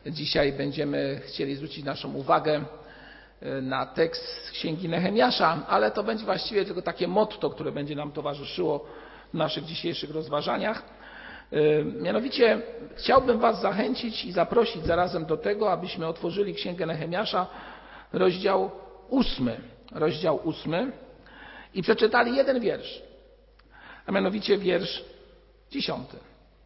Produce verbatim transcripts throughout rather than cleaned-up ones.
dzisiaj będziemy chcieli zwrócić naszą uwagę na tekst z Księgi Nehemiasza, ale to będzie właściwie tylko takie motto, które będzie nam towarzyszyło w naszych dzisiejszych rozważaniach. Mianowicie chciałbym Was zachęcić i zaprosić zarazem do tego, abyśmy otworzyli Księgę Nehemiasza, rozdział ósmy, rozdział ósmy i przeczytali jeden wiersz, a mianowicie wiersz dziesiąty.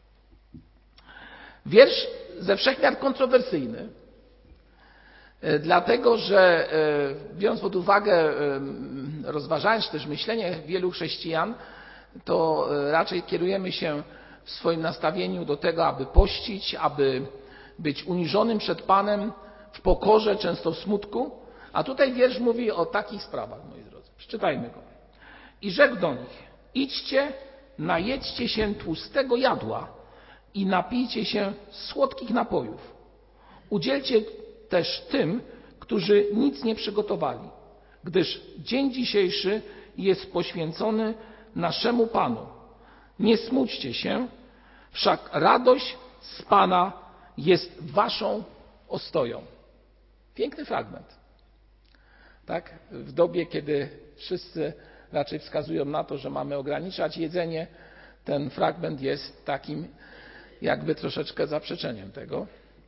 Wiersz ze wszechmiar kontrowersyjny, dlatego że biorąc pod uwagę, rozważając też myślenie wielu chrześcijan, to raczej kierujemy się w swoim nastawieniu do tego, aby pościć, aby być uniżonym przed Panem w pokorze, często w smutku. A tutaj wiersz mówi o takich sprawach, moi drodzy. Przeczytajmy go. I rzekł do nich: idźcie, najedźcie się tłustego jadła i napijcie się słodkich napojów. Udzielcie też tym, którzy nic nie przygotowali, gdyż dzień dzisiejszy jest poświęcony naszemu Panu. Nie smućcie się, wszak radość z Pana jest waszą ostoją. Piękny fragment. Tak? W dobie, kiedy wszyscy raczej wskazują na to, że mamy ograniczać jedzenie, ten fragment jest takim jakby troszeczkę zaprzeczeniem tego.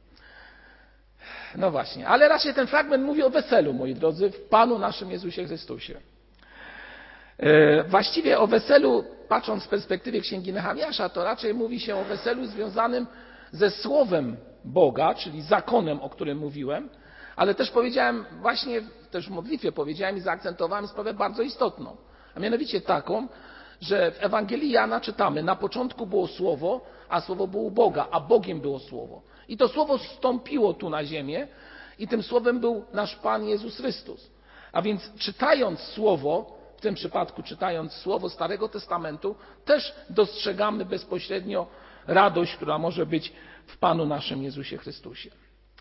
No właśnie, ale raczej ten fragment mówi o weselu, moi drodzy, w Panu naszym Jezusie Chrystusie. Właściwie o weselu, patrząc z perspektywy Księgi Nehemiasza, to raczej mówi się o weselu związanym ze Słowem Boga, czyli zakonem, o którym mówiłem, ale też powiedziałem, właśnie też w modlitwie powiedziałem i zaakcentowałem sprawę bardzo istotną, a mianowicie taką, że w Ewangelii Jana czytamy: na początku było Słowo, a Słowo było u Boga, a Bogiem było Słowo. I to Słowo zstąpiło tu na ziemię i tym Słowem był nasz Pan Jezus Chrystus. A więc czytając Słowo, w tym przypadku czytając Słowo Starego Testamentu, też dostrzegamy bezpośrednio radość, która może być w Panu naszym Jezusie Chrystusie.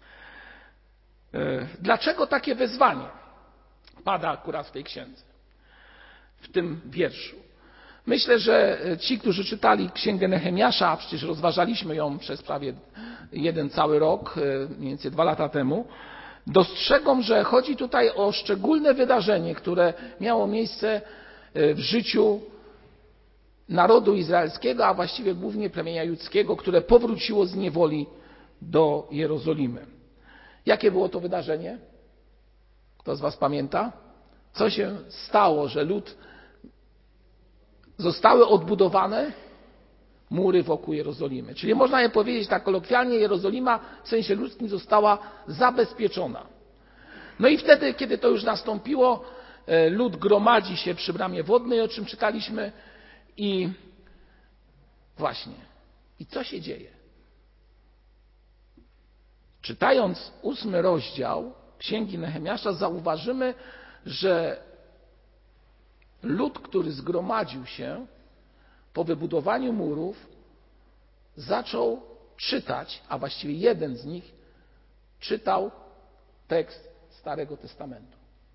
Dlaczego takie wezwanie pada akurat w tej księdze, w tym wierszu? Myślę, że ci, którzy czytali Księgę Nehemiasza, a przecież rozważaliśmy ją przez prawie jeden cały rok, mniej więcej dwa lata temu, dostrzegą, że chodzi tutaj o szczególne wydarzenie, które miało miejsce w życiu narodu izraelskiego, a właściwie głównie plemienia judzkiego, które powróciło z niewoli do Jerozolimy. Jakie było to wydarzenie? Kto z Was pamięta? Co się stało, że lud zostały odbudowane mury wokół Jerozolimy. Czyli można je powiedzieć tak kolokwialnie, Jerozolima w sensie ludzkim została zabezpieczona. No i wtedy, kiedy to już nastąpiło, lud gromadzi się przy bramie wodnej, o czym czytaliśmy, i właśnie, i co się dzieje? Czytając ósmy rozdział Księgi Nehemiasza, zauważymy, że lud, który zgromadził się po wybudowaniu murów, zaczął czytać, a właściwie jeden z nich czytał tekst Starego Testamentu.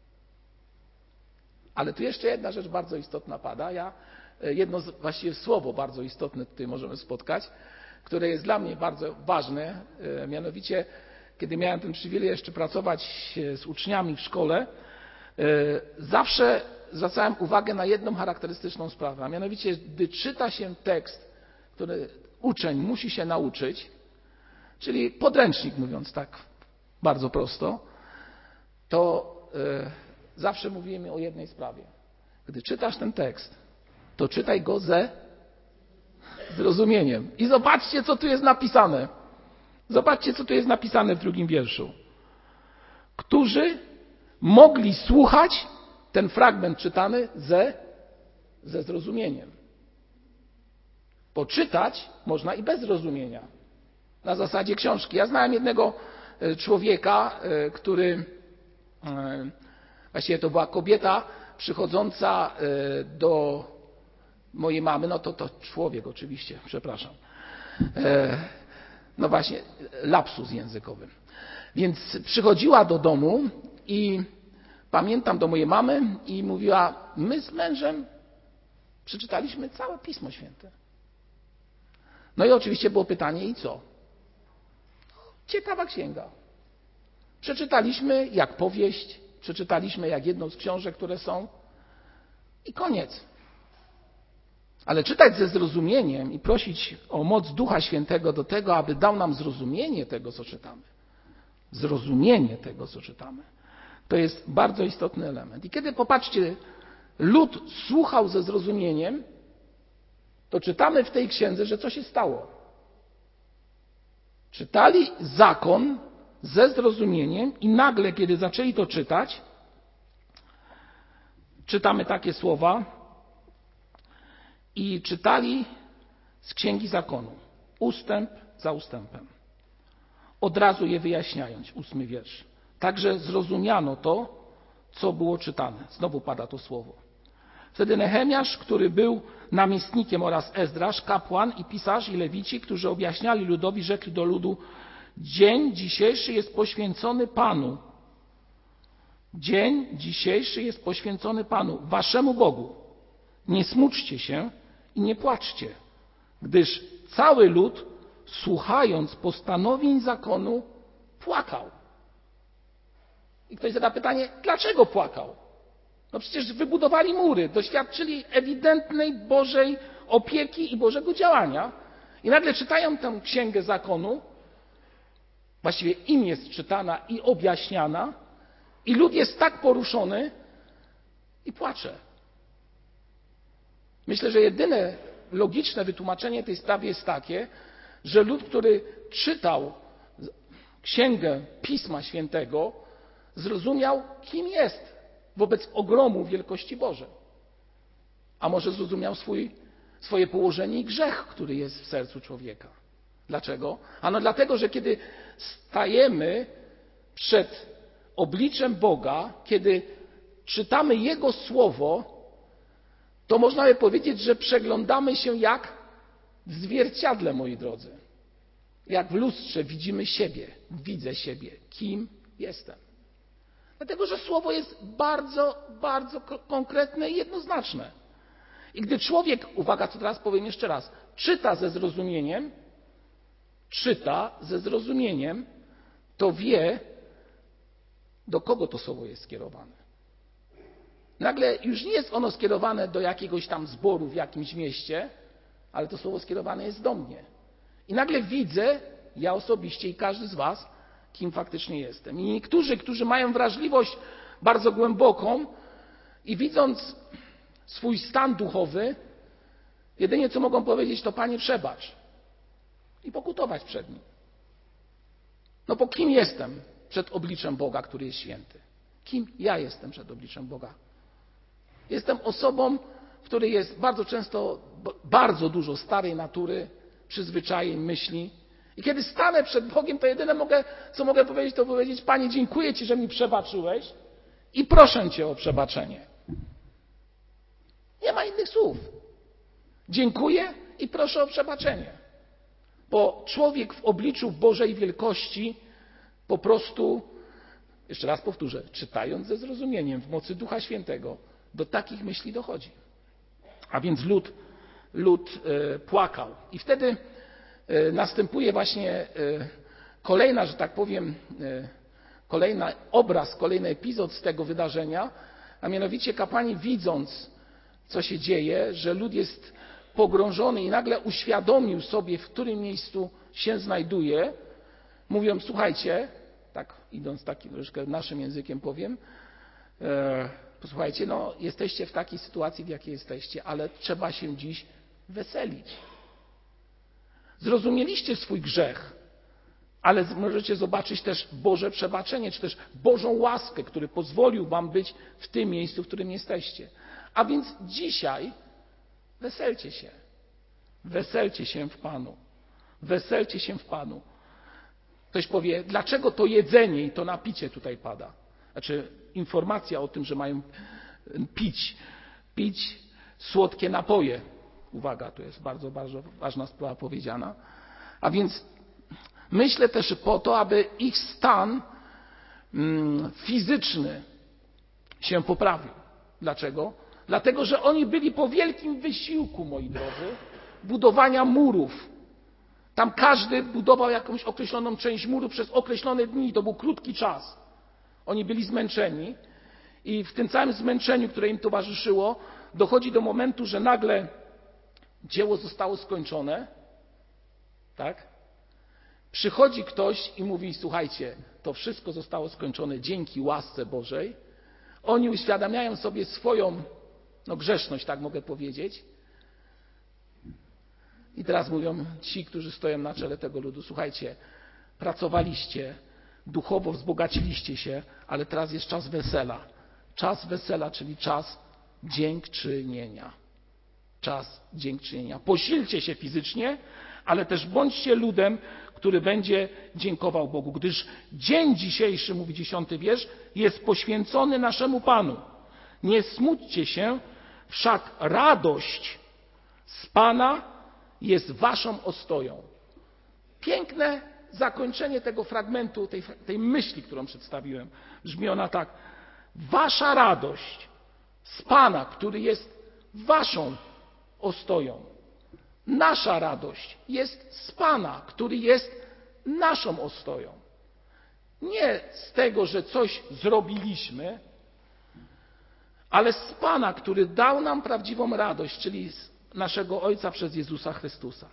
Ale tu jeszcze jedna rzecz bardzo istotna pada. Ja, jedno właściwie słowo bardzo istotne tutaj możemy spotkać, które jest dla mnie bardzo ważne. Mianowicie, kiedy miałem ten przywilej jeszcze pracować z uczniami w szkole, zawsze zwracałem uwagę na jedną charakterystyczną sprawę, a mianowicie, gdy czyta się tekst, który uczeń musi się nauczyć, czyli podręcznik, mówiąc tak bardzo prosto, to y, zawsze mówimy o jednej sprawie. Gdy czytasz ten tekst, to czytaj go ze zrozumieniem. I zobaczcie, co tu jest napisane. Zobaczcie, co tu jest napisane w drugim wierszu. Którzy mogli słuchać ten fragment czytany ze, ze zrozumieniem. Poczytać można i bez zrozumienia. Na zasadzie książki. Ja znałem jednego człowieka, który, właściwie to była kobieta przychodząca do mojej mamy, no to to człowiek oczywiście, przepraszam. No właśnie, lapsus językowy. Więc przychodziła do domu i pamiętam do mojej mamy i mówiła: my z mężem przeczytaliśmy całe Pismo Święte. No i oczywiście było pytanie: i co? Ciekawa księga. Przeczytaliśmy jak powieść, przeczytaliśmy jak jedną z książek, które są i koniec. Ale czytać ze zrozumieniem i prosić o moc Ducha Świętego do tego, aby dał nam zrozumienie tego, co czytamy. Zrozumienie tego, co czytamy. To jest bardzo istotny element. I kiedy, popatrzcie, lud słuchał ze zrozumieniem, to czytamy w tej księdze, że co się stało. Czytali zakon ze zrozumieniem i nagle, kiedy zaczęli to czytać, czytamy takie słowa i czytali z Księgi Zakonu, ustęp za ustępem, od razu je wyjaśniając, ósmy wiersz. Także zrozumiano to, co było czytane. Znowu pada to słowo. Wtedy Nehemiasz, który był namiestnikiem, oraz Ezdrasz, kapłan i pisarz i lewici, którzy objaśniali ludowi, rzekli do ludu: dzień dzisiejszy jest poświęcony Panu. Dzień dzisiejszy jest poświęcony Panu, waszemu Bogu. Nie smuczcie się i nie płaczcie, gdyż cały lud, słuchając postanowień zakonu, płakał. I ktoś zada pytanie, dlaczego płakał? No przecież wybudowali mury, doświadczyli ewidentnej Bożej opieki i Bożego działania. I nagle czytają tę księgę zakonu, właściwie im jest czytana i objaśniana, i lud jest tak poruszony i płacze. Myślę, że jedyne logiczne wytłumaczenie tej sprawy jest takie, że lud, który czytał księgę Pisma Świętego, zrozumiał, kim jest wobec ogromu wielkości Bożej. A może zrozumiał swój, swoje położenie i grzech, który jest w sercu człowieka. Dlaczego? Ano dlatego, że kiedy stajemy przed obliczem Boga, kiedy czytamy Jego Słowo, to można by powiedzieć, że przeglądamy się jak w zwierciadle, moi drodzy. Jak w lustrze widzimy siebie, widzę siebie, kim jestem. Dlatego, że Słowo jest bardzo, bardzo konkretne i jednoznaczne. I gdy człowiek, uwaga, co teraz powiem jeszcze raz, czyta ze zrozumieniem, czyta ze zrozumieniem, to wie, do kogo to Słowo jest skierowane. Nagle już nie jest ono skierowane do jakiegoś tam zboru w jakimś mieście, ale to Słowo skierowane jest do mnie. I nagle widzę, ja osobiście i każdy z was, kim faktycznie jestem. I niektórzy, którzy mają wrażliwość bardzo głęboką i widząc swój stan duchowy, jedynie co mogą powiedzieć, to Panie, przebacz. I pokutować przed Nim. No bo kim jestem przed obliczem Boga, który jest święty? Kim ja jestem przed obliczem Boga? Jestem osobą, w której jest bardzo często bardzo dużo starej natury, przyzwyczajeń, myśli. I kiedy stanę przed Bogiem, to jedyne mogę, co mogę powiedzieć, to powiedzieć: Panie, dziękuję Ci, że mi przebaczyłeś i proszę Cię o przebaczenie. Nie ma innych słów. Dziękuję i proszę o przebaczenie. Bo człowiek w obliczu Bożej wielkości po prostu, jeszcze raz powtórzę, czytając ze zrozumieniem w mocy Ducha Świętego, do takich myśli dochodzi. A więc lud, lud e, płakał. I wtedy e, następuje właśnie e, kolejna, że tak powiem, e, kolejny obraz, kolejny epizod z tego wydarzenia, a mianowicie kapłani, widząc, co się dzieje, że lud jest pogrążony i nagle uświadomił sobie, w którym miejscu się znajduje, mówią: słuchajcie, tak idąc takim troszkę naszym językiem powiem, e, posłuchajcie, no jesteście w takiej sytuacji, w jakiej jesteście, ale trzeba się dziś weselić. Zrozumieliście swój grzech, ale możecie zobaczyć też Boże przebaczenie, czy też Bożą łaskę, który pozwolił wam być w tym miejscu, w którym jesteście. A więc dzisiaj weselcie się. Weselcie się w Panu. Weselcie się w Panu. Ktoś powie, dlaczego to jedzenie i to napicie tutaj pada? Znaczy informacja o tym, że mają pić, pić słodkie napoje. Uwaga, to jest bardzo, bardzo ważna sprawa powiedziana. A więc myślę też po to, aby ich stan mm, fizyczny się poprawił. Dlaczego? Dlatego, że oni byli po wielkim wysiłku, moi drodzy, budowania murów. Tam każdy budował jakąś określoną część muru przez określone dni. To był krótki czas. Oni byli zmęczeni i w tym całym zmęczeniu, które im towarzyszyło, dochodzi do momentu, że nagle dzieło zostało skończone. Tak? Przychodzi ktoś i mówi: słuchajcie, to wszystko zostało skończone dzięki łasce Bożej. Oni uświadamiają sobie swoją no, grzeszność, tak mogę powiedzieć. I teraz mówią ci, którzy stoją na czele tego ludu: słuchajcie, pracowaliście, duchowo wzbogaciliście się, ale teraz jest czas wesela. Czas wesela, czyli czas dziękczynienia. Czas dziękczynienia. Posilcie się fizycznie, ale też bądźcie ludem, który będzie dziękował Bogu, gdyż dzień dzisiejszy, mówi dziesiąty wiersz, jest poświęcony naszemu Panu. Nie smućcie się, wszak radość z Pana jest waszą ostoją. Piękne zakończenie tego fragmentu, tej, tej myśli, którą przedstawiłem. Brzmi ona tak: wasza radość z Pana, który jest waszą ostoją. Nasza radość jest z Pana, który jest naszą ostoją. Nie z tego, że coś zrobiliśmy, ale z Pana, który dał nam prawdziwą radość, czyli z naszego Ojca przez Jezusa Chrystusa.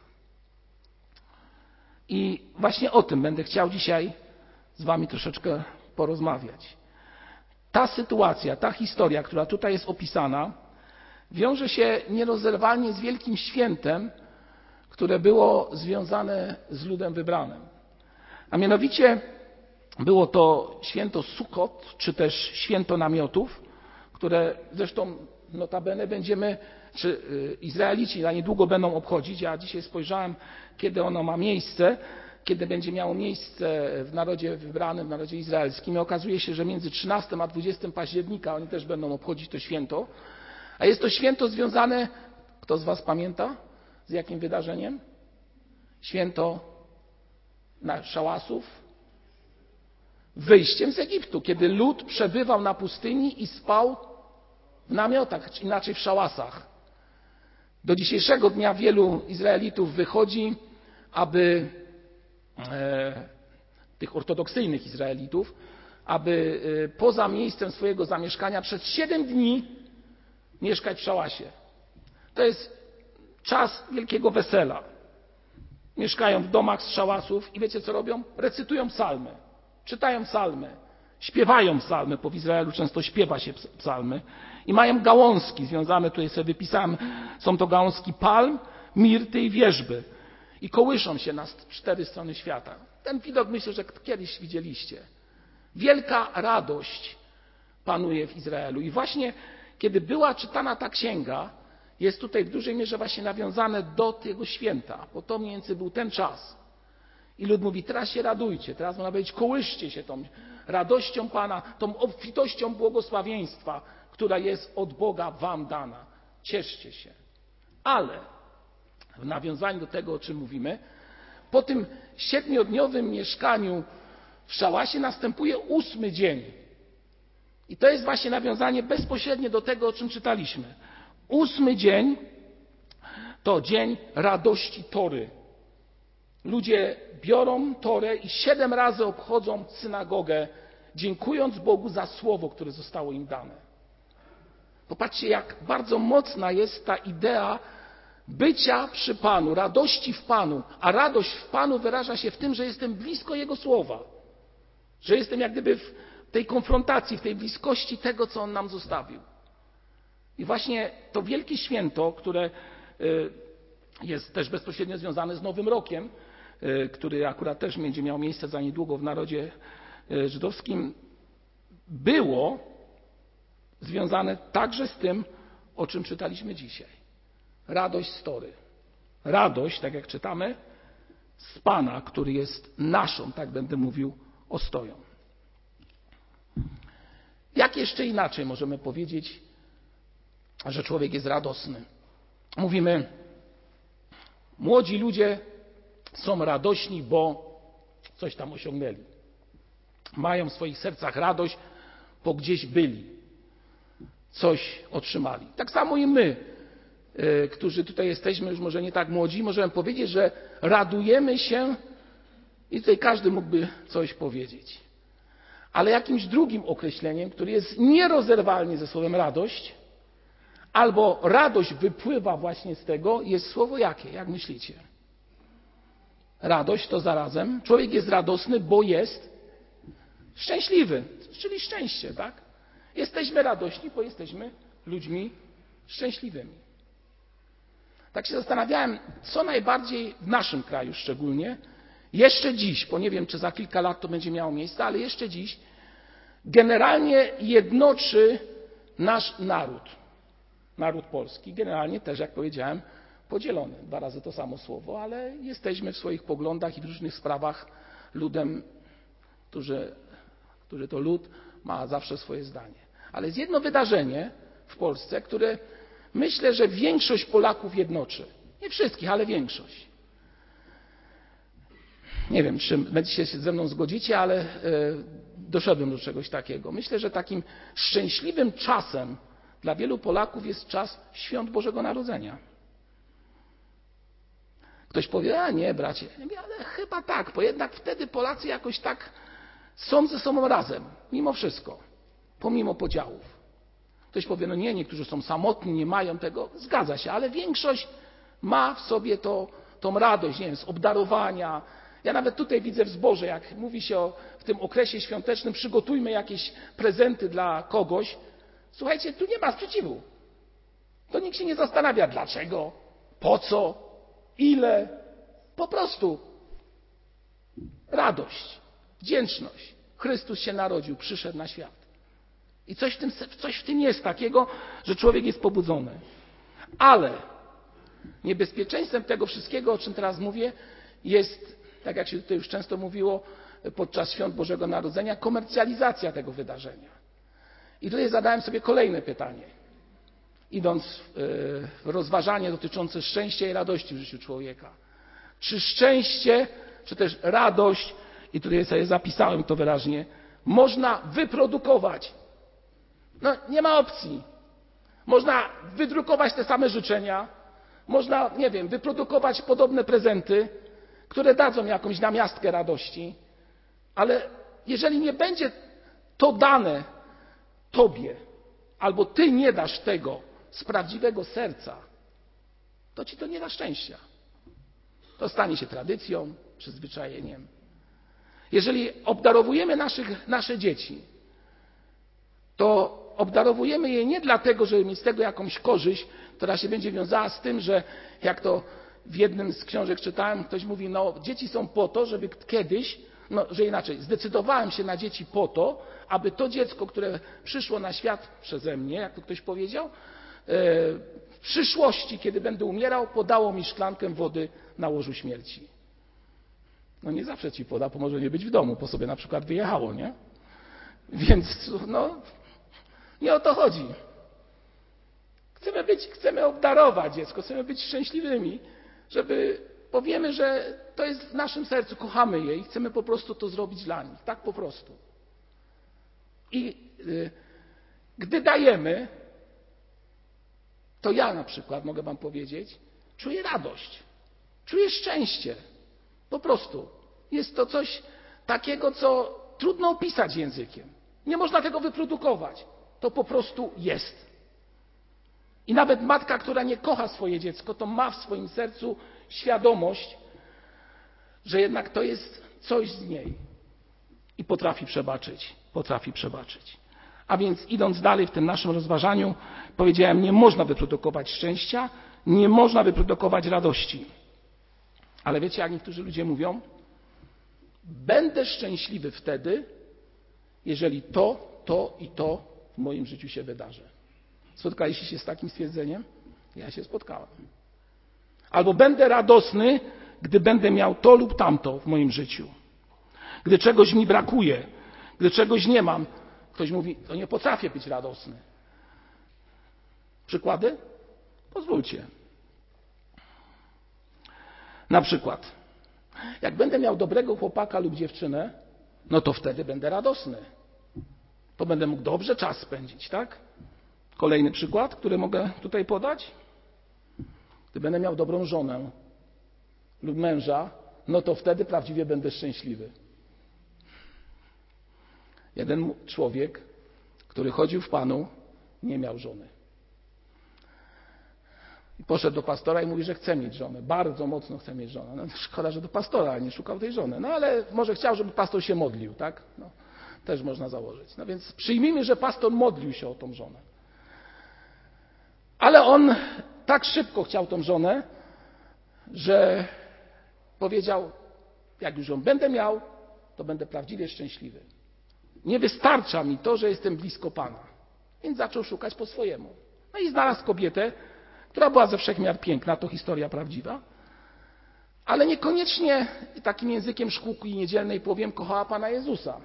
I właśnie o tym będę chciał dzisiaj z wami troszeczkę porozmawiać. Ta sytuacja, ta historia, która tutaj jest opisana, wiąże się nierozerwalnie z wielkim świętem, które było związane z ludem wybranym. A mianowicie było to święto Sukot, czy też święto namiotów, które zresztą notabene będziemy, czy Izraelici na niedługo będą obchodzić. Ja dzisiaj spojrzałem, kiedy ono ma miejsce, kiedy będzie miało miejsce w narodzie wybranym, w narodzie izraelskim. I okazuje się, że między trzynastym a dwudziestym października oni też będą obchodzić to święto. A jest to święto związane, kto z was pamięta, z jakim wydarzeniem? Święto szałasów, wyjściem z Egiptu, kiedy lud przebywał na pustyni i spał w namiotach, czy inaczej w szałasach. Do dzisiejszego dnia wielu Izraelitów wychodzi, aby e, tych ortodoksyjnych Izraelitów, aby e, poza miejscem swojego zamieszkania przez siedem dni mieszkać w szałasie. To jest czas wielkiego wesela. Mieszkają w domach z szałasów i wiecie co robią? Recytują psalmy, czytają psalmy, śpiewają psalmy, bo w Izraelu często śpiewa się psalmy i mają gałązki związane, tutaj sobie wypisałem, są to gałązki palm, mirty i wierzby i kołyszą się na cztery strony świata. Ten widok myślę, że kiedyś widzieliście. Wielka radość panuje w Izraelu i właśnie kiedy była czytana ta księga, jest tutaj w dużej mierze właśnie nawiązane do tego święta, bo to mniej więcej był ten czas. I lud mówi: teraz się radujcie, teraz można powiedzieć, kołyszcie się tą radością Pana, tą obfitością błogosławieństwa, która jest od Boga wam dana. Cieszcie się. Ale w nawiązaniu do tego, o czym mówimy, po tym siedmiodniowym mieszkaniu w szałasie następuje ósmy dzień. I to jest właśnie nawiązanie bezpośrednie do tego, o czym czytaliśmy. Ósmy dzień to dzień radości Tory. Ludzie biorą Torę i siedem razy obchodzą synagogę, dziękując Bogu za słowo, które zostało im dane. Popatrzcie, jak bardzo mocna jest ta idea bycia przy Panu, radości w Panu. A radość w Panu wyraża się w tym, że jestem blisko Jego słowa. Że jestem jak gdyby w tej konfrontacji, w tej bliskości tego, co On nam zostawił. I właśnie to wielkie święto, które jest też bezpośrednio związane z Nowym Rokiem, który akurat też będzie miał miejsce za niedługo w narodzie żydowskim, było związane także z tym, o czym czytaliśmy dzisiaj. Radość z Tory. Radość, tak jak czytamy, z Pana, który jest naszą, tak będę mówił, ostoją. Jak jeszcze inaczej możemy powiedzieć, że człowiek jest radosny? Mówimy, młodzi ludzie są radośni, bo coś tam osiągnęli. Mają w swoich sercach radość, bo gdzieś byli, coś otrzymali. Tak samo i my którzy tutaj jesteśmy już może nie tak młodzi, możemy powiedzieć, że radujemy się i tutaj każdy mógłby coś powiedzieć. Ale jakimś drugim określeniem, które jest nierozerwalnie ze słowem radość, albo radość wypływa właśnie z tego, jest słowo jakie? Jak myślicie? Radość to zarazem. Człowiek jest radosny, bo jest szczęśliwy, czyli szczęście, tak? Jesteśmy radośni, bo jesteśmy ludźmi szczęśliwymi. Tak się zastanawiałem, co najbardziej w naszym kraju szczególnie, jeszcze dziś, bo nie wiem, czy za kilka lat to będzie miało miejsce, ale jeszcze dziś generalnie jednoczy nasz naród. Naród polski, generalnie też, jak powiedziałem, podzielony. Dwa razy to samo słowo, ale jesteśmy w swoich poglądach i w różnych sprawach ludem, którzy, który to lud ma zawsze swoje zdanie. Ale jest jedno wydarzenie w Polsce, które myślę, że większość Polaków jednoczy. Nie wszystkich, ale większość. Nie wiem, czy będziecie się ze mną zgodzicie, ale doszedłem do czegoś takiego. Myślę, że takim szczęśliwym czasem dla wielu Polaków jest czas świąt Bożego Narodzenia. Ktoś powie, a nie bracie, ale chyba tak, bo jednak wtedy Polacy jakoś tak są ze sobą razem, mimo wszystko, pomimo podziałów. Ktoś powie, no nie, niektórzy są samotni, nie mają tego, zgadza się, ale większość ma w sobie to, tą radość, nie wiem, z obdarowania. Ja nawet tutaj widzę w zborze, jak mówi się o, w tym okresie świątecznym, przygotujmy jakieś prezenty dla kogoś. Słuchajcie, tu nie ma sprzeciwu. To nikt się nie zastanawia, dlaczego, po co, ile. Po prostu radość, wdzięczność. Chrystus się narodził, przyszedł na świat. I coś w tym, coś w tym jest takiego, że człowiek jest pobudzony. Ale niebezpieczeństwem tego wszystkiego, o czym teraz mówię, jest, tak jak się tutaj już często mówiło podczas świąt Bożego Narodzenia, komercjalizacja tego wydarzenia. I tutaj zadałem sobie kolejne pytanie, idąc w rozważanie dotyczące szczęścia i radości w życiu człowieka. Czy szczęście, czy też radość, i tutaj sobie zapisałem to wyraźnie, można wyprodukować? No nie ma opcji. Można wydrukować te same życzenia, można, nie wiem, wyprodukować podobne prezenty, które dadzą jakąś namiastkę radości, ale jeżeli nie będzie to dane tobie, albo ty nie dasz tego z prawdziwego serca, to ci to nie da szczęścia. To stanie się tradycją, przyzwyczajeniem. Jeżeli obdarowujemy naszych, nasze dzieci, to obdarowujemy je nie dlatego, żeby mieć z tego jakąś korzyść, która się będzie wiązała z tym, że jak to w jednym z książek czytałem, ktoś mówi, no dzieci są po to, żeby kiedyś, no że inaczej, zdecydowałem się na dzieci po to, aby to dziecko, które przyszło na świat przeze mnie, jak to ktoś powiedział, w przyszłości, kiedy będę umierał, podało mi szklankę wody na łożu śmierci. No nie zawsze ci poda, bo może nie być w domu, bo sobie na przykład wyjechało, nie? Więc no, nie o to chodzi. Chcemy być, chcemy obdarować dziecko, chcemy być szczęśliwymi, żeby powiemy, że to jest w naszym sercu, kochamy je i chcemy po prostu to zrobić dla nich. Tak po prostu. I y, gdy dajemy, to ja na przykład, mogę wam powiedzieć, czuję radość, czuję szczęście. Po prostu. Jest to coś takiego, co trudno opisać językiem. Nie można tego wyprodukować. To po prostu jest. I nawet matka, która nie kocha swoje dziecko, to ma w swoim sercu świadomość, że jednak to jest coś z niej. I potrafi przebaczyć. Potrafi przebaczyć. A więc idąc dalej w tym naszym rozważaniu, powiedziałem, nie można wyprodukować szczęścia, nie można wyprodukować radości. Ale wiecie, jak niektórzy ludzie mówią? Będę szczęśliwy wtedy, jeżeli to, to i to w moim życiu się wydarzy. Spotkaliście się z takim stwierdzeniem? Ja się spotkałem. Albo będę radosny, gdy będę miał to lub tamto w moim życiu. Gdy czegoś mi brakuje, gdy czegoś nie mam, ktoś mówi, to nie potrafię być radosny. Przykłady? Pozwólcie. Na przykład, jak będę miał dobrego chłopaka lub dziewczynę, no to wtedy będę radosny. To będę mógł dobrze czas spędzić, tak? Kolejny przykład, który mogę tutaj podać. Gdy będę miał dobrą żonę lub męża, no to wtedy prawdziwie będę szczęśliwy. Jeden człowiek, który chodził w Panu, nie miał żony. I poszedł do pastora i mówi, że chce mieć żonę. Bardzo mocno chce mieć żonę. No, szkoda, że do pastora, nie szukał tej żony. No ale może chciał, żeby pastor się modlił, tak? No, też można założyć. No więc przyjmijmy, że pastor modlił się o tą żonę. Ale on tak szybko chciał tą żonę, że powiedział, jak już ją będę miał, to będę prawdziwie szczęśliwy. Nie wystarcza mi to, że jestem blisko Pana. Więc zaczął szukać po swojemu. No i znalazł kobietę, która była ze wszech miar piękna, to historia prawdziwa, ale niekoniecznie takim językiem szkółki niedzielnej powiem, kochała Pana Jezusa.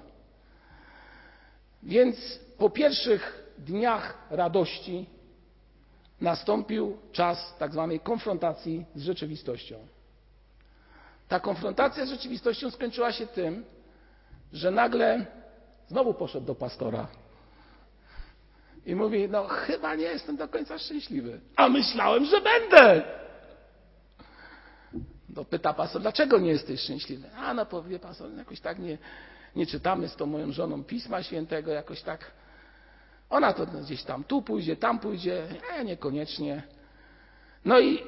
Więc po pierwszych dniach radości nastąpił czas tak zwanej konfrontacji z rzeczywistością. Ta konfrontacja z rzeczywistością skończyła się tym, że nagle znowu poszedł do pastora i mówi, no chyba nie jestem do końca szczęśliwy, a myślałem, że będę. No pyta pastor, dlaczego nie jesteś szczęśliwy? A no powie pastor, jakoś tak nie, nie czytamy z tą moją żoną Pisma Świętego, jakoś tak ona to gdzieś tam tu pójdzie, tam pójdzie, a ja niekoniecznie. No i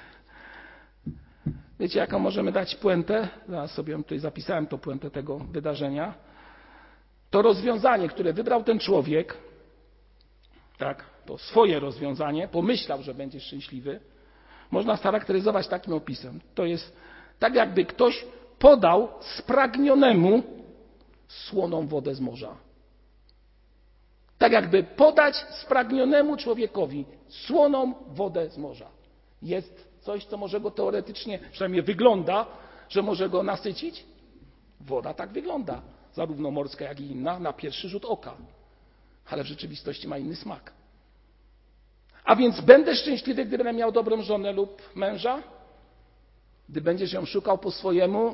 wiecie, jaką możemy dać puentę? Zaraz sobie tutaj zapisałem to puentę tego wydarzenia. To rozwiązanie, które wybrał ten człowiek, tak, to swoje rozwiązanie, pomyślał, że będzie szczęśliwy, można scharakteryzować takim opisem. To jest tak, jakby ktoś podał spragnionemu słoną wodę z morza. Tak jakby podać spragnionemu człowiekowi słoną wodę z morza. Jest coś, co może go teoretycznie, przynajmniej wygląda, że może go nasycić? Woda tak wygląda, zarówno morska, jak i inna, na pierwszy rzut oka. Ale w rzeczywistości ma inny smak. A więc będę szczęśliwy, gdy będę miał dobrą żonę lub męża? Gdy będziesz ją szukał po swojemu?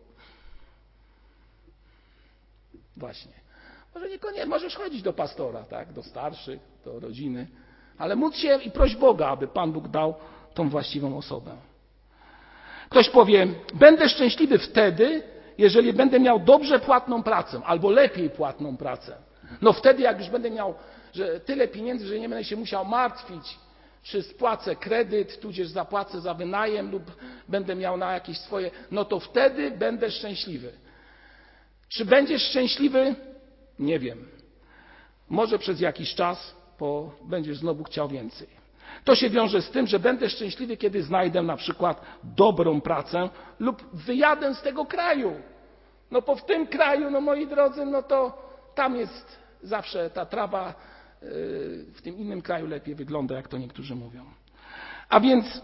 Właśnie. Może niekoniecznie, możesz chodzić do pastora, tak, do starszych, do rodziny, ale módl się i proś Boga, aby Pan Bóg dał tą właściwą osobę. Ktoś powie, będę szczęśliwy wtedy, jeżeli będę miał dobrze płatną pracę, albo lepiej płatną pracę. No wtedy, jak już będę miał że tyle pieniędzy, że nie będę się musiał martwić, czy spłacę kredyt, tudzież zapłacę za wynajem lub będę miał na jakieś swoje, no to wtedy będę szczęśliwy. Czy będziesz szczęśliwy? Nie wiem. Może przez jakiś czas, bo będziesz znowu chciał więcej. To się wiąże z tym, że będę szczęśliwy, kiedy znajdę na przykład dobrą pracę lub wyjadę z tego kraju. No bo w tym kraju, no moi drodzy, no to tam jest zawsze ta trawa, w tym innym kraju lepiej wygląda, jak to niektórzy mówią. A więc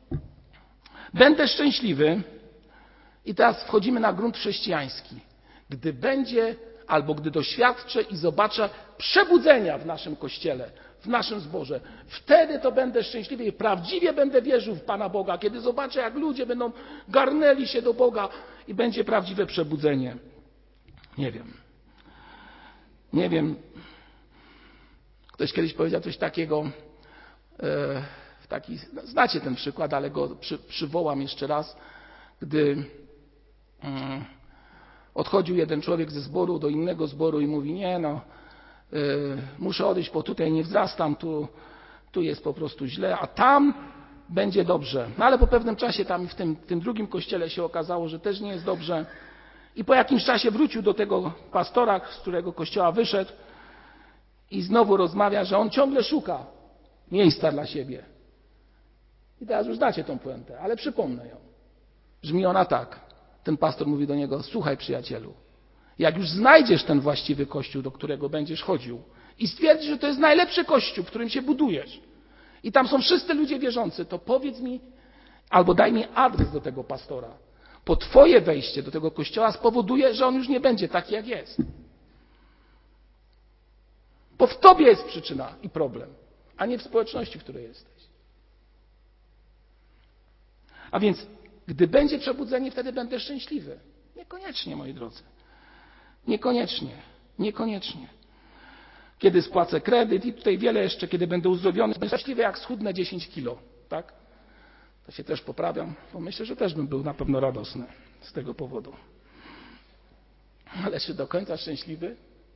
będę szczęśliwy i teraz wchodzimy na grunt chrześcijański. Gdy będzie albo gdy doświadczę i zobaczę przebudzenia w naszym Kościele, w naszym zborze, wtedy to będę szczęśliwy i prawdziwie będę wierzył w Pana Boga, kiedy zobaczę, jak ludzie będą garnęli się do Boga i będzie prawdziwe przebudzenie. Nie wiem. Nie wiem. Ktoś kiedyś powiedział coś takiego, e, taki, no, znacie ten przykład, ale go przy, przywołam jeszcze raz, gdy mm, odchodził jeden człowiek ze zboru do innego zboru i mówi, nie no, y, muszę odejść, bo tutaj nie wzrastam, tu, tu jest po prostu źle, a tam będzie dobrze. No ale po pewnym czasie tam w tym, w tym drugim kościele się okazało, że też nie jest dobrze. I po jakimś czasie wrócił do tego pastora, z którego kościoła wyszedł i znowu rozmawia, że on ciągle szuka miejsca dla siebie. I teraz już znacie tą puentę, ale przypomnę ją. Brzmi ona tak. Ten pastor mówi do niego, słuchaj przyjacielu, jak już znajdziesz ten właściwy kościół, do którego będziesz chodził i stwierdzisz, że to jest najlepszy kościół, w którym się budujesz i tam są wszyscy ludzie wierzący, to powiedz mi albo daj mi adres do tego pastora. Bo twoje wejście do tego kościoła spowoduje, że on już nie będzie taki, jak jest. Bo w tobie jest przyczyna i problem, a nie w społeczności, w której jesteś. A więc gdy będzie przebudzenie, wtedy będę szczęśliwy. Niekoniecznie, moi drodzy. Niekoniecznie. Niekoniecznie. Kiedy spłacę kredyt i tutaj wiele jeszcze, kiedy będę uzdrowiony, będę szczęśliwy, jak schudnę dziesięć kilo. Tak? To się też poprawiam, bo myślę, że też bym był na pewno radosny z tego powodu. Ale czy do końca szczęśliwy?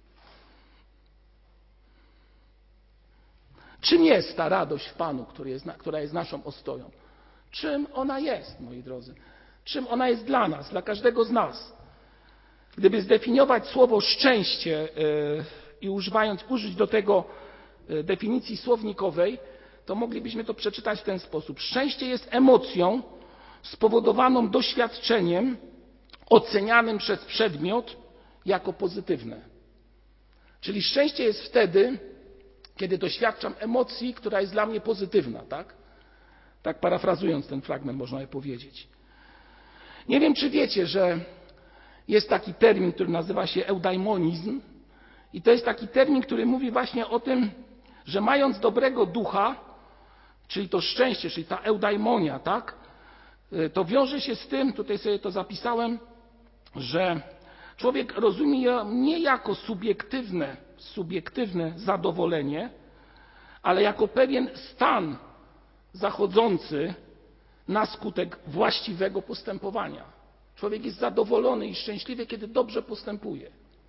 Czym jest ta radość w Panu, który jest, która jest naszą ostoją? Czym ona jest, moi drodzy? Czym ona jest dla nas, dla każdego z nas? Gdyby zdefiniować słowo szczęście yy, i używając, użyć do tego yy, definicji słownikowej, to moglibyśmy to przeczytać w ten sposób. Szczęście jest emocją spowodowaną doświadczeniem ocenianym przez przedmiot jako pozytywne. Czyli szczęście jest wtedy, kiedy doświadczam emocji, która jest dla mnie pozytywna, tak? Tak parafrazując ten fragment można by powiedzieć. Nie wiem, czy wiecie, że jest taki termin, który nazywa się eudaimonizm i to jest taki termin, który mówi właśnie o tym, że mając dobrego ducha, czyli to szczęście, czyli ta eudaimonia, tak? To wiąże się z tym, tutaj sobie to zapisałem, że człowiek rozumie je nie jako subiektywne, subiektywne zadowolenie, ale jako pewien stan zachodzący na skutek właściwego postępowania. Człowiek jest zadowolony i szczęśliwy, kiedy dobrze postępuje.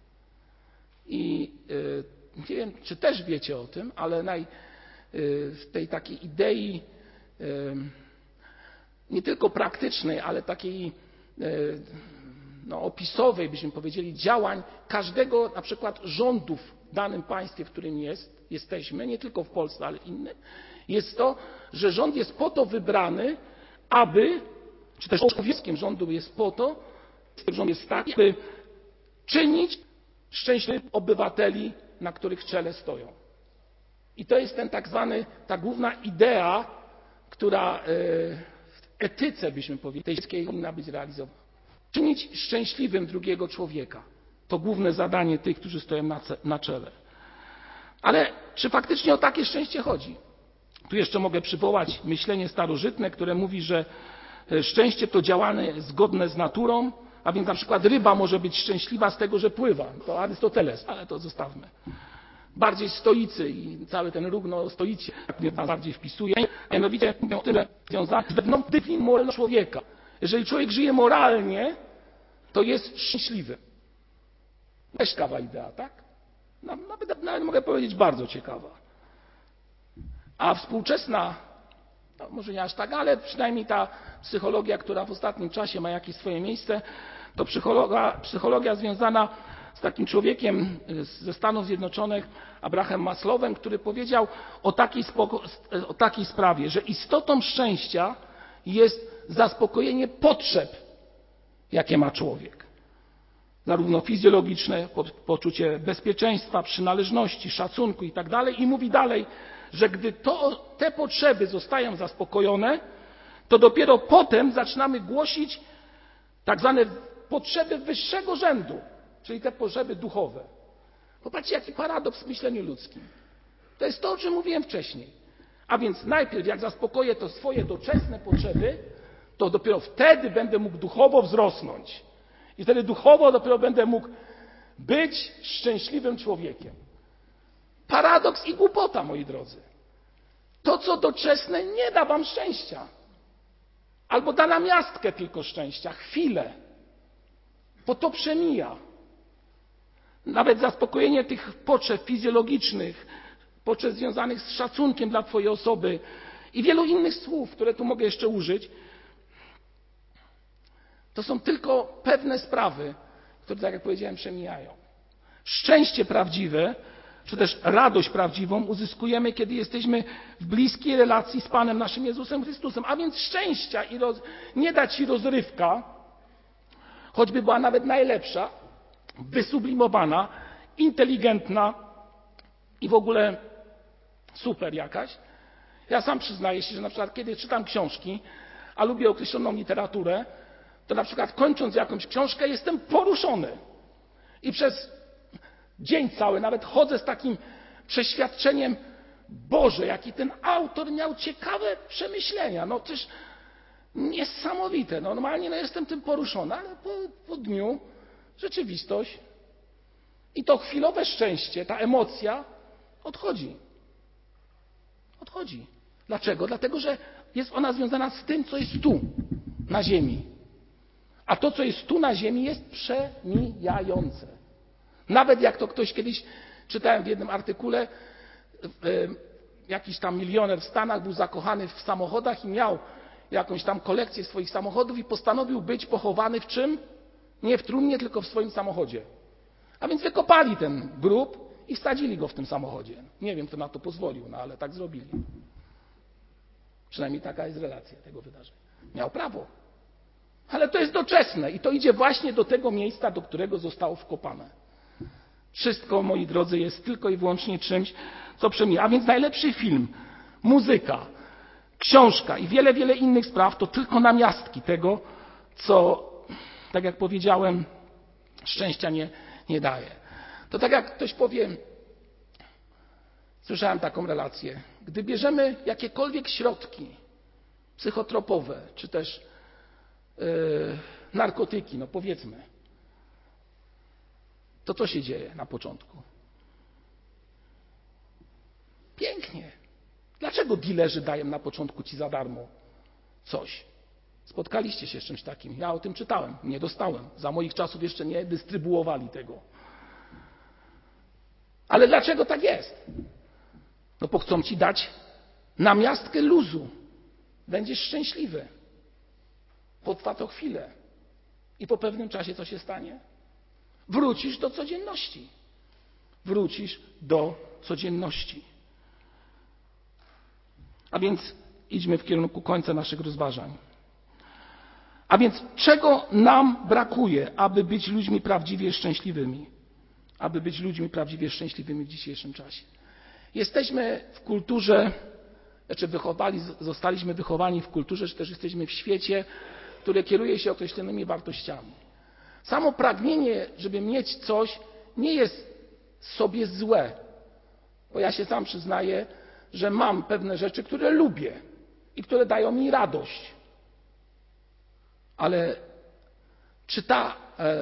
I yy, nie wiem, czy też wiecie o tym, ale naj, yy, w tej takiej idei yy, nie tylko praktycznej, ale takiej yy, no, opisowej, byśmy powiedzieli, działań każdego na przykład rządu w danym państwie, w którym jest, jesteśmy, nie tylko w Polsce, ale innym, jest to, że rząd jest po to wybrany, aby, czy też obowiązkiem rządu jest po to, rząd jest taki, aby czynić szczęśliwych obywateli, na których czele stoją. I to jest ten tak zwany, ta główna idea, która w etyce, byśmy powiedzieli, tej powinna być realizowana. Czynić szczęśliwym drugiego człowieka. To główne zadanie tych, którzy stoją na, na czele. Ale czy faktycznie o takie szczęście chodzi? Tu jeszcze mogę przywołać myślenie starożytne, które mówi, że szczęście to działanie zgodne z naturą, a więc na przykład ryba może być szczęśliwa z tego, że pływa. To Arystoteles, ale to zostawmy. Bardziej stoicy i cały ten ruch no, stoicy mnie bardziej wpisuje. Mianowicie mówią o tym, że związane z wewnętrznym moralnością człowieka. Jeżeli człowiek żyje moralnie, to jest szczęśliwy. Też ciekawa idea, tak? No, nawet, nawet mogę powiedzieć bardzo ciekawa. A współczesna, no może nie aż tak, ale przynajmniej ta psychologia, która w ostatnim czasie ma jakieś swoje miejsce, to psychologia, psychologia związana z takim człowiekiem ze Stanów Zjednoczonych, Abraham Maslowem, który powiedział o takiej, spoko, o takiej sprawie, że istotą szczęścia jest zaspokojenie potrzeb, jakie ma człowiek. Zarówno fizjologiczne, poczucie bezpieczeństwa, przynależności, szacunku i tak dalej. I mówi dalej, że gdy to, te potrzeby zostają zaspokojone, to dopiero potem zaczynamy głosić tak zwane potrzeby wyższego rzędu, czyli te potrzeby duchowe. Popatrzcie, jaki paradoks w myśleniu ludzkim. To jest to, o czym mówiłem wcześniej. A więc najpierw, jak zaspokoję to swoje doczesne potrzeby, to dopiero wtedy będę mógł duchowo wzrosnąć. I wtedy duchowo dopiero będę mógł być szczęśliwym człowiekiem. Paradoks i głupota, moi drodzy. To, co doczesne, nie da wam szczęścia. Albo da na miastkę tylko szczęścia, chwilę. Bo to przemija. Nawet zaspokojenie tych potrzeb fizjologicznych, potrzeb związanych z szacunkiem dla twojej osoby i wielu innych słów, które tu mogę jeszcze użyć, to są tylko pewne sprawy, które, tak jak powiedziałem, przemijają. Szczęście prawdziwe, czy też radość prawdziwą uzyskujemy, kiedy jesteśmy w bliskiej relacji z Panem naszym Jezusem Chrystusem. A więc szczęścia i roz... nie da ci rozrywka, choćby była nawet najlepsza, wysublimowana, inteligentna i w ogóle super jakaś. Ja sam przyznaję się, że na przykład kiedy czytam książki, a lubię określoną literaturę, to na przykład kończąc jakąś książkę jestem poruszony. I przez dzień cały nawet chodzę z takim przeświadczeniem, Boże, jaki ten autor miał ciekawe przemyślenia. No też niesamowite. Normalnie no, jestem tym poruszony, ale po, po dniu rzeczywistość i to chwilowe szczęście, ta emocja odchodzi. Odchodzi. Dlaczego? Dlatego, że jest ona związana z tym, co jest tu, na ziemi. A to, co jest tu na ziemi, jest przemijające. Nawet jak to ktoś kiedyś, czytałem w jednym artykule, jakiś tam milioner w Stanach był zakochany w samochodach i miał jakąś tam kolekcję swoich samochodów i postanowił być pochowany w czym? Nie w trumnie, tylko w swoim samochodzie. A więc wykopali ten grób i wsadzili go w tym samochodzie. Nie wiem, kto na to pozwolił, no ale tak zrobili. Przynajmniej taka jest relacja tego wydarzenia. Miał prawo. Ale to jest doczesne i to idzie właśnie do tego miejsca, do którego zostało wkopane. Wszystko, moi drodzy, jest tylko i wyłącznie czymś, co przemija. A więc najlepszy film, muzyka, książka i wiele, wiele innych spraw to tylko namiastki tego, co, tak jak powiedziałem, szczęścia nie, nie daje. To tak jak ktoś powie, słyszałem taką relację, gdy bierzemy jakiekolwiek środki psychotropowe, czy też yy, narkotyki, no powiedzmy, to co się dzieje na początku? Pięknie. Dlaczego dilerzy dają na początku ci za darmo coś? Spotkaliście się z czymś takim. Ja o tym czytałem. Nie dostałem. Za moich czasów jeszcze nie dystrybuowali tego. Ale dlaczego tak jest? No bo chcą ci dać namiastkę luzu. Będziesz szczęśliwy. Potrwa to chwilę. I po pewnym czasie co się stanie? Wrócisz do codzienności. Wrócisz do codzienności. A więc idźmy w kierunku końca naszych rozważań. A więc czego nam brakuje, aby być ludźmi prawdziwie szczęśliwymi? Aby być ludźmi prawdziwie szczęśliwymi w dzisiejszym czasie. Jesteśmy w kulturze, znaczy wychowali, zostaliśmy wychowani w kulturze, czy też jesteśmy w świecie, które kieruje się określonymi wartościami. Samo pragnienie, żeby mieć coś, nie jest sobie złe. Bo ja się sam przyznaję, że mam pewne rzeczy, które lubię i które dają mi radość. Ale czy ta,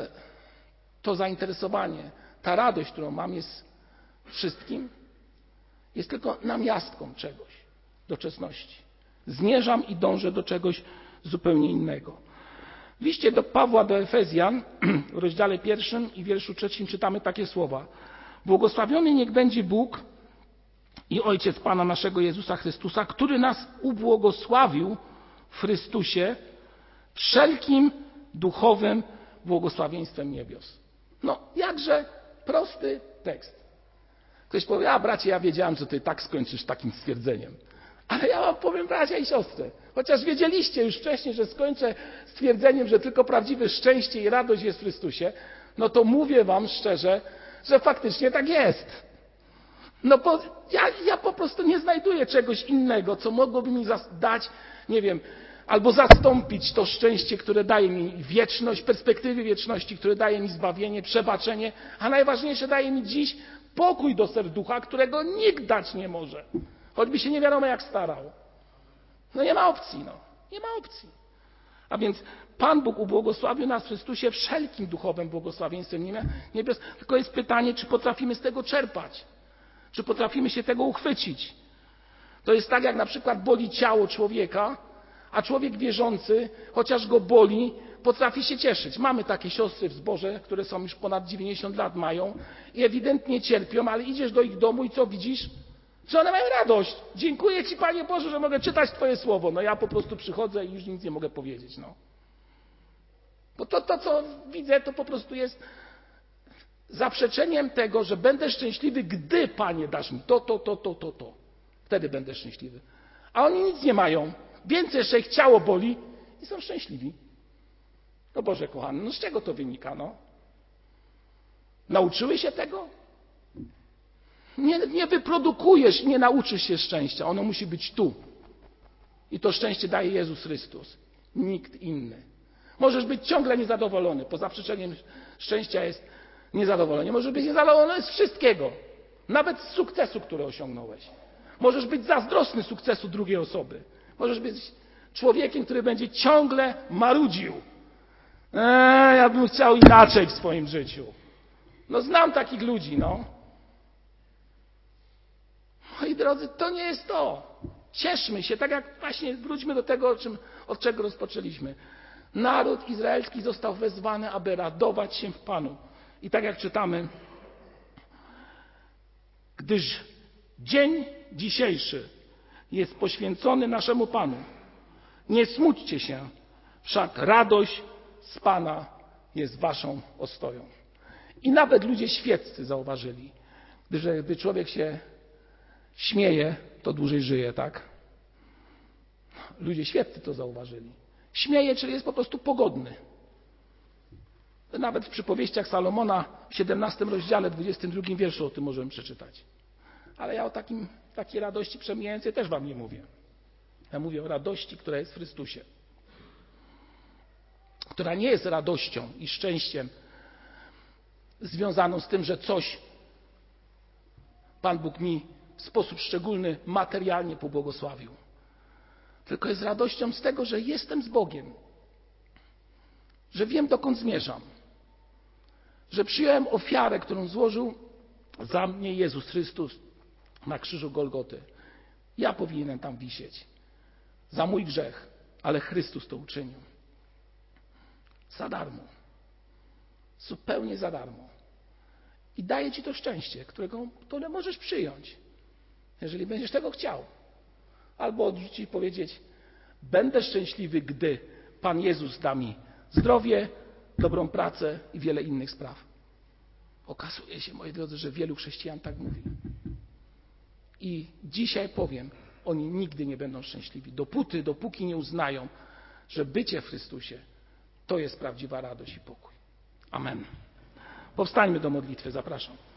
to zainteresowanie, ta radość, którą mam, jest wszystkim? Jest tylko namiastką czegoś, doczesności. Zmierzam i dążę do czegoś zupełnie innego. W liście do Pawła do Efezjan, w rozdziale pierwszym i wierszu trzecim czytamy takie słowa. Błogosławiony niech będzie Bóg i Ojciec Pana naszego Jezusa Chrystusa, który nas ubłogosławił w Chrystusie wszelkim duchowym błogosławieństwem niebios. No, jakże prosty tekst. Ktoś powie, a bracie, ja wiedziałem, że ty tak skończysz takim stwierdzeniem. Ale ja wam powiem, bracia i siostry, chociaż wiedzieliście już wcześniej, że skończę stwierdzeniem, że tylko prawdziwe szczęście i radość jest w Chrystusie, no to mówię wam szczerze, że faktycznie tak jest. No bo ja, ja po prostu nie znajduję czegoś innego, co mogłoby mi dać, nie wiem, albo zastąpić to szczęście, które daje mi wieczność, perspektywy wieczności, które daje mi zbawienie, przebaczenie, a najważniejsze daje mi dziś pokój do serducha, którego nikt dać nie może. Choćby się nie wiadomo jak starał. No nie ma opcji, no. Nie ma opcji. A więc Pan Bóg ubłogosławił nas w Chrystusie wszelkim duchowym błogosławieństwem niebios. Tylko jest pytanie, czy potrafimy z tego czerpać? Czy potrafimy się tego uchwycić? To jest tak, jak na przykład boli ciało człowieka, a człowiek wierzący, chociaż go boli, potrafi się cieszyć. Mamy takie siostry w zborze, które są już ponad dziewięćdziesiąt lat mają i ewidentnie cierpią, ale idziesz do ich domu i co widzisz? Że one mają radość. Dziękuję Ci, Panie Boże, że mogę czytać Twoje słowo. No ja po prostu przychodzę i już nic nie mogę powiedzieć. No. Bo to, to, co widzę, to po prostu jest zaprzeczeniem tego, że będę szczęśliwy, gdy, Panie, dasz mi to, to, to, to, to, to. Wtedy będę szczęśliwy. A oni nic nie mają. Więcej jeszcze ich ciało boli i są szczęśliwi. No Boże kochany, no z czego to wynika, no? Nauczyły się tego? Nie, nie wyprodukujesz, nie nauczysz się szczęścia. Ono musi być tu. I to szczęście daje Jezus Chrystus. Nikt inny. Możesz być ciągle niezadowolony. Po zaprzeczeniem szczęścia jest niezadowolenie. Możesz być niezadowolony z wszystkiego. Nawet z sukcesu, który osiągnąłeś. Możesz być zazdrosny sukcesu drugiej osoby. Możesz być człowiekiem, który będzie ciągle marudził. Eee, ja bym chciał inaczej w swoim życiu. No znam takich ludzi, no. Moi drodzy, to nie jest to. Cieszmy się, tak jak właśnie wróćmy do tego, o czym, od czego rozpoczęliśmy. Naród izraelski został wezwany, aby radować się w Panu. I tak jak czytamy, gdyż dzień dzisiejszy jest poświęcony naszemu Panu. Nie smućcie się, wszak radość z Pana jest waszą ostoją. I nawet ludzie świeccy zauważyli, że gdy człowiek się śmieje, to dłużej żyje, tak? Ludzie świeccy to zauważyli. Śmieje, czyli jest po prostu pogodny. Nawet w przypowieściach Salomona w siedemnastym rozdziale, dwudziestym drugim wierszu o tym możemy przeczytać. Ale ja o takim, takiej radości przemijającej też wam nie mówię. Ja mówię o radości, która jest w Chrystusie. Która nie jest radością i szczęściem związaną z tym, że coś Pan Bóg mi w sposób szczególny materialnie pobłogosławił. Tylko jest radością z tego, że jestem z Bogiem. Że wiem, dokąd zmierzam. Że przyjąłem ofiarę, którą złożył za mnie Jezus Chrystus na krzyżu Golgoty. Ja powinienem tam wisieć. Za mój grzech. Ale Chrystus to uczynił. Za darmo. Zupełnie za darmo. I daje ci to szczęście, którego, które możesz przyjąć, jeżeli będziesz tego chciał. Albo odrzucić i powiedzieć, będę szczęśliwy, gdy Pan Jezus da mi zdrowie, dobrą pracę i wiele innych spraw. Okazuje się, moi drodzy, że wielu chrześcijan tak mówi. I dzisiaj powiem, oni nigdy nie będą szczęśliwi, dopóty, dopóki nie uznają, że bycie w Chrystusie to jest prawdziwa radość i pokój. Amen. Powstańmy do modlitwy, zapraszam.